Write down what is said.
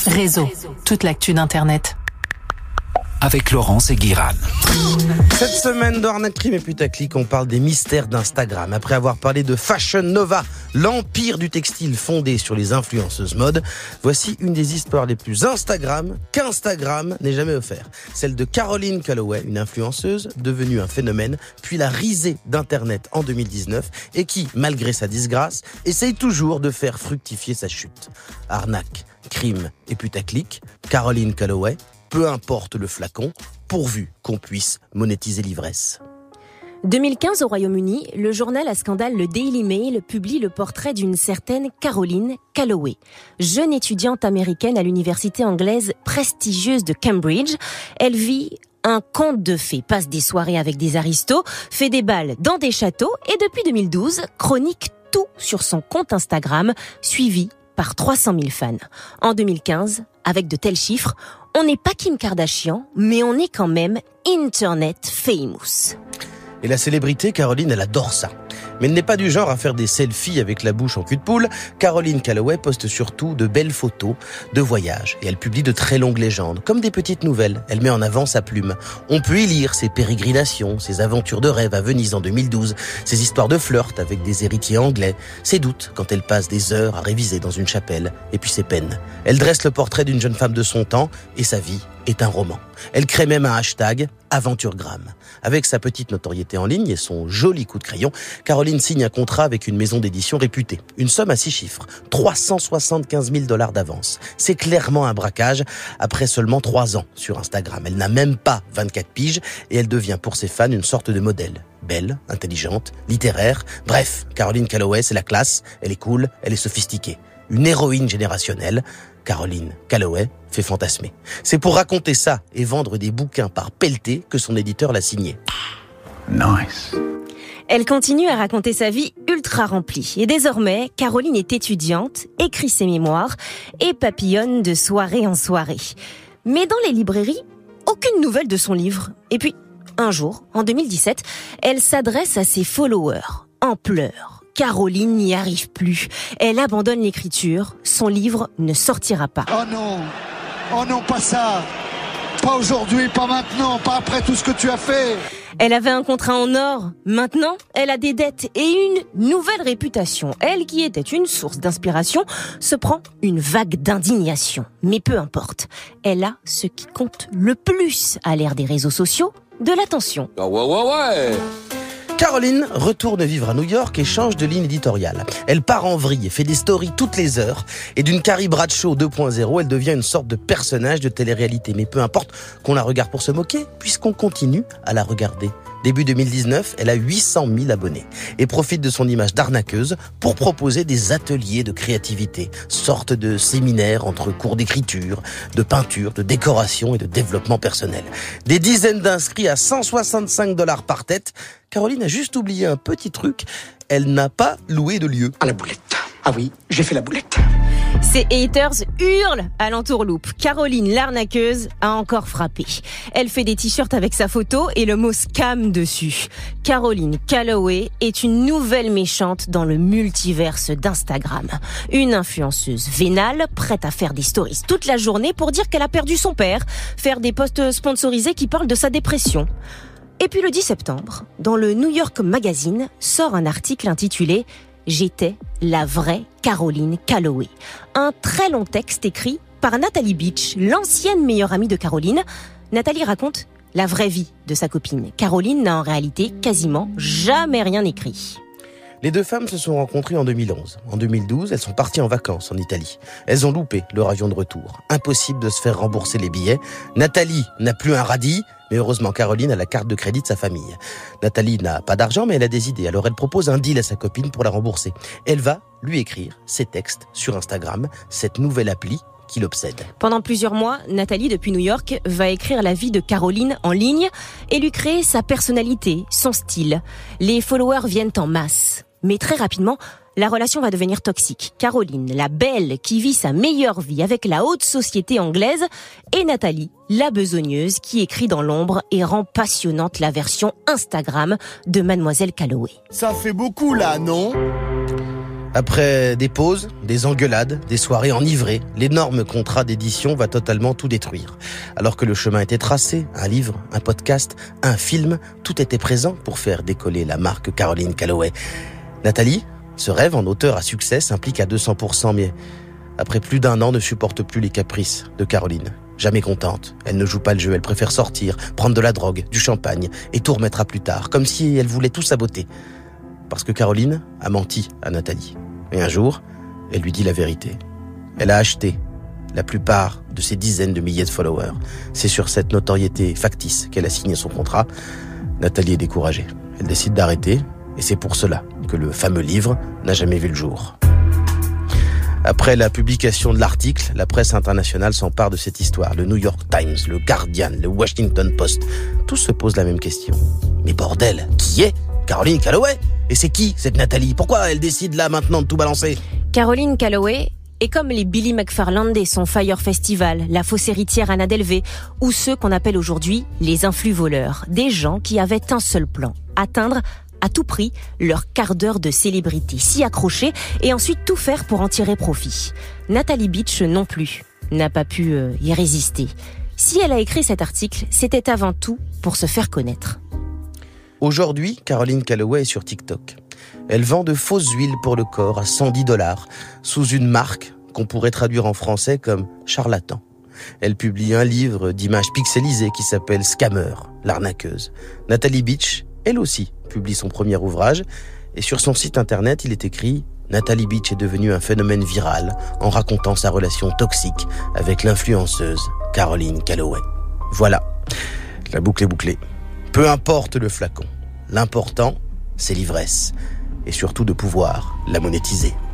Réseau, toute l'actu d'Internet. Avec Laurence et Guirane. Cette semaine, dans Arnaque, Crime et Putaclic, on parle des mystères d'Instagram. Après avoir parlé de Fashion Nova, l'empire du textile fondé sur les influenceuses mode, voici une des histoires les plus Instagram qu'Instagram n'ait jamais offert. Celle de Caroline Calloway, une influenceuse devenue un phénomène, puis la risée d'Internet en 2019 et qui, malgré sa disgrâce, essaye toujours de faire fructifier sa chute. Arnaque, Crime et Putaclic, Caroline Calloway, peu importe le flacon, pourvu qu'on puisse monétiser l'ivresse. 2015 au Royaume-Uni, le journal à scandale le Daily Mail publie le portrait d'une certaine Caroline Calloway, jeune étudiante américaine à l'université anglaise prestigieuse de Cambridge. Elle vit un conte de fées, passe des soirées avec des aristos, fait des bals dans des châteaux et depuis 2012, chronique tout sur son compte Instagram, suivi par 300 000 fans. En 2015, avec de tels chiffres, on n'est pas Kim Kardashian, mais on est quand même Internet famous. Et la célébrité, Caroline, elle adore ça. Mais elle n'est pas du genre à faire des selfies avec la bouche en cul de poule. Caroline Calloway poste surtout de belles photos de voyages. Et elle publie de très longues légendes, comme des petites nouvelles. Elle met en avant sa plume. On peut y lire ses pérégrinations, ses aventures de rêve à Venise en 2012, ses histoires de flirt avec des héritiers anglais, ses doutes quand elle passe des heures à réviser dans une chapelle, et puis ses peines. Elle dresse le portrait d'une jeune femme de son temps, et sa vie est un roman. Elle crée même un hashtag AventureGram. Avec sa petite notoriété en ligne et son joli coup de crayon, Caroline signe un contrat avec une maison d'édition réputée. Une somme à 6 chiffres, 375 000 $ d'avance. C'est clairement un braquage après seulement 3 ans sur Instagram. Elle n'a même pas 24 piges et elle devient pour ses fans une sorte de modèle. Belle, intelligente, littéraire. Bref, Caroline Calloway, c'est la classe, elle est cool, elle est sophistiquée. Une héroïne générationnelle. Caroline Calloway fait fantasmer. C'est pour raconter ça et vendre des bouquins par pelleté que son éditeur l'a signé. Nice. Elle continue à raconter sa vie ultra remplie. Et désormais, Caroline est étudiante, écrit ses mémoires et papillonne de soirée en soirée. Mais dans les librairies, aucune nouvelle de son livre. Et puis, un jour, en 2017, elle s'adresse à ses followers en pleurs. Caroline n'y arrive plus. Elle abandonne l'écriture. Son livre ne sortira pas. Oh non, pas ça. Pas aujourd'hui, pas maintenant, pas après tout ce que tu as fait. Elle avait un contrat en or. Maintenant, elle a des dettes et une nouvelle réputation. Elle, qui était une source d'inspiration, se prend une vague d'indignation. Mais peu importe. Elle a ce qui compte le plus à l'ère des réseaux sociaux, de l'attention. Ouais. Caroline retourne vivre à New York et change de ligne éditoriale. Elle part en vrille et fait des stories toutes les heures. Et d'une Carrie Bradshaw 2.0, elle devient une sorte de personnage de télé-réalité. Mais peu importe qu'on la regarde pour se moquer, puisqu'on continue à la regarder. Début 2019, elle a 800 000 abonnés et profite de son image d'arnaqueuse pour proposer des ateliers de créativité, sorte de séminaires entre cours d'écriture, de peinture, de décoration et de développement personnel. Des dizaines d'inscrits à 165 $ par tête. Caroline a juste oublié un petit truc, elle n'a pas loué de lieu. À la boulette. Ah oui, j'ai fait la boulette. Ses haters hurlent à l'entourloupe. Caroline, l'arnaqueuse, a encore frappé. Elle fait des t-shirts avec sa photo et le mot scam dessus. Caroline Calloway est une nouvelle méchante dans le multiverse d'Instagram. Une influenceuse vénale, prête à faire des stories toute la journée pour dire qu'elle a perdu son père, faire des posts sponsorisés qui parlent de sa dépression. Et puis le 10 septembre, dans le New York Magazine, sort un article intitulé « J'étais la vraie Caroline Calloway ». Un très long texte écrit par Natalie Beach, l'ancienne meilleure amie de Caroline. Nathalie raconte la vraie vie de sa copine. Caroline n'a en réalité quasiment jamais rien écrit. Les deux femmes se sont rencontrées en 2011. En 2012, elles sont parties en vacances en Italie. Elles ont loupé leur avion de retour. Impossible de se faire rembourser les billets. Nathalie n'a plus un radis, mais heureusement Caroline a la carte de crédit de sa famille. Nathalie n'a pas d'argent, mais elle a des idées. Alors elle propose un deal à sa copine pour la rembourser. Elle va lui écrire ses textes sur Instagram, cette nouvelle appli qui l'obsède. Pendant plusieurs mois, Nathalie, depuis New York, va écrire la vie de Caroline en ligne et lui créer sa personnalité, son style. Les followers viennent en masse. Mais très rapidement, la relation va devenir toxique. Caroline, la belle qui vit sa meilleure vie avec la haute société anglaise, et Nathalie, la besogneuse qui écrit dans l'ombre et rend passionnante la version Instagram de Mademoiselle Calloway. Ça fait beaucoup là, non ? Après des pauses, des engueulades, des soirées enivrées, l'énorme contrat d'édition va totalement tout détruire. Alors que le chemin était tracé, un livre, un podcast, un film, tout était présent pour faire décoller la marque Caroline Calloway. Nathalie, ce rêve en auteur à succès s'implique à 200%, mais après plus d'1 an ne supporte plus les caprices de Caroline. Jamais contente, elle ne joue pas le jeu, elle préfère sortir, prendre de la drogue, du champagne et tout remettre à plus tard, comme si elle voulait tout saboter. Parce que Caroline a menti à Nathalie. Et un jour, elle lui dit la vérité. Elle a acheté la plupart de ses dizaines de milliers de followers. C'est sur cette notoriété factice qu'elle a signé son contrat. Nathalie est découragée. Elle décide d'arrêter, et c'est pour cela que le fameux livre n'a jamais vu le jour. Après la publication de l'article, la presse internationale s'empare de cette histoire. Le New York Times, le Guardian, le Washington Post, tous se posent la même question. Mais bordel, qui est Caroline Calloway ? Et c'est qui, cette Nathalie ? Pourquoi elle décide là, maintenant, de tout balancer ? Caroline Calloway est comme les Billy McFarland et son Fire Festival, la fausse héritière Anna Delvey, ou ceux qu'on appelle aujourd'hui les influx voleurs. Des gens qui avaient un seul plan, atteindre à tout prix leur quart d'heure de célébrité, s'y accrocher et ensuite tout faire pour en tirer profit. Natalie Beach non plus n'a pas pu y résister. Si elle a écrit cet article, c'était avant tout pour se faire connaître. Aujourd'hui, Caroline Calloway est sur TikTok. Elle vend de fausses huiles pour le corps à $110, sous une marque qu'on pourrait traduire en français comme charlatan. Elle publie un livre d'images pixelisées qui s'appelle Scammer, l'arnaqueuse. Natalie Beach, elle aussi, publie son premier ouvrage. Et sur son site internet, il est écrit « Natalie Beach est devenue un phénomène viral en racontant sa relation toxique avec l'influenceuse Caroline Calloway. » Voilà, la boucle est bouclée. Peu importe le flacon, l'important, c'est l'ivresse. Et surtout de pouvoir la monétiser.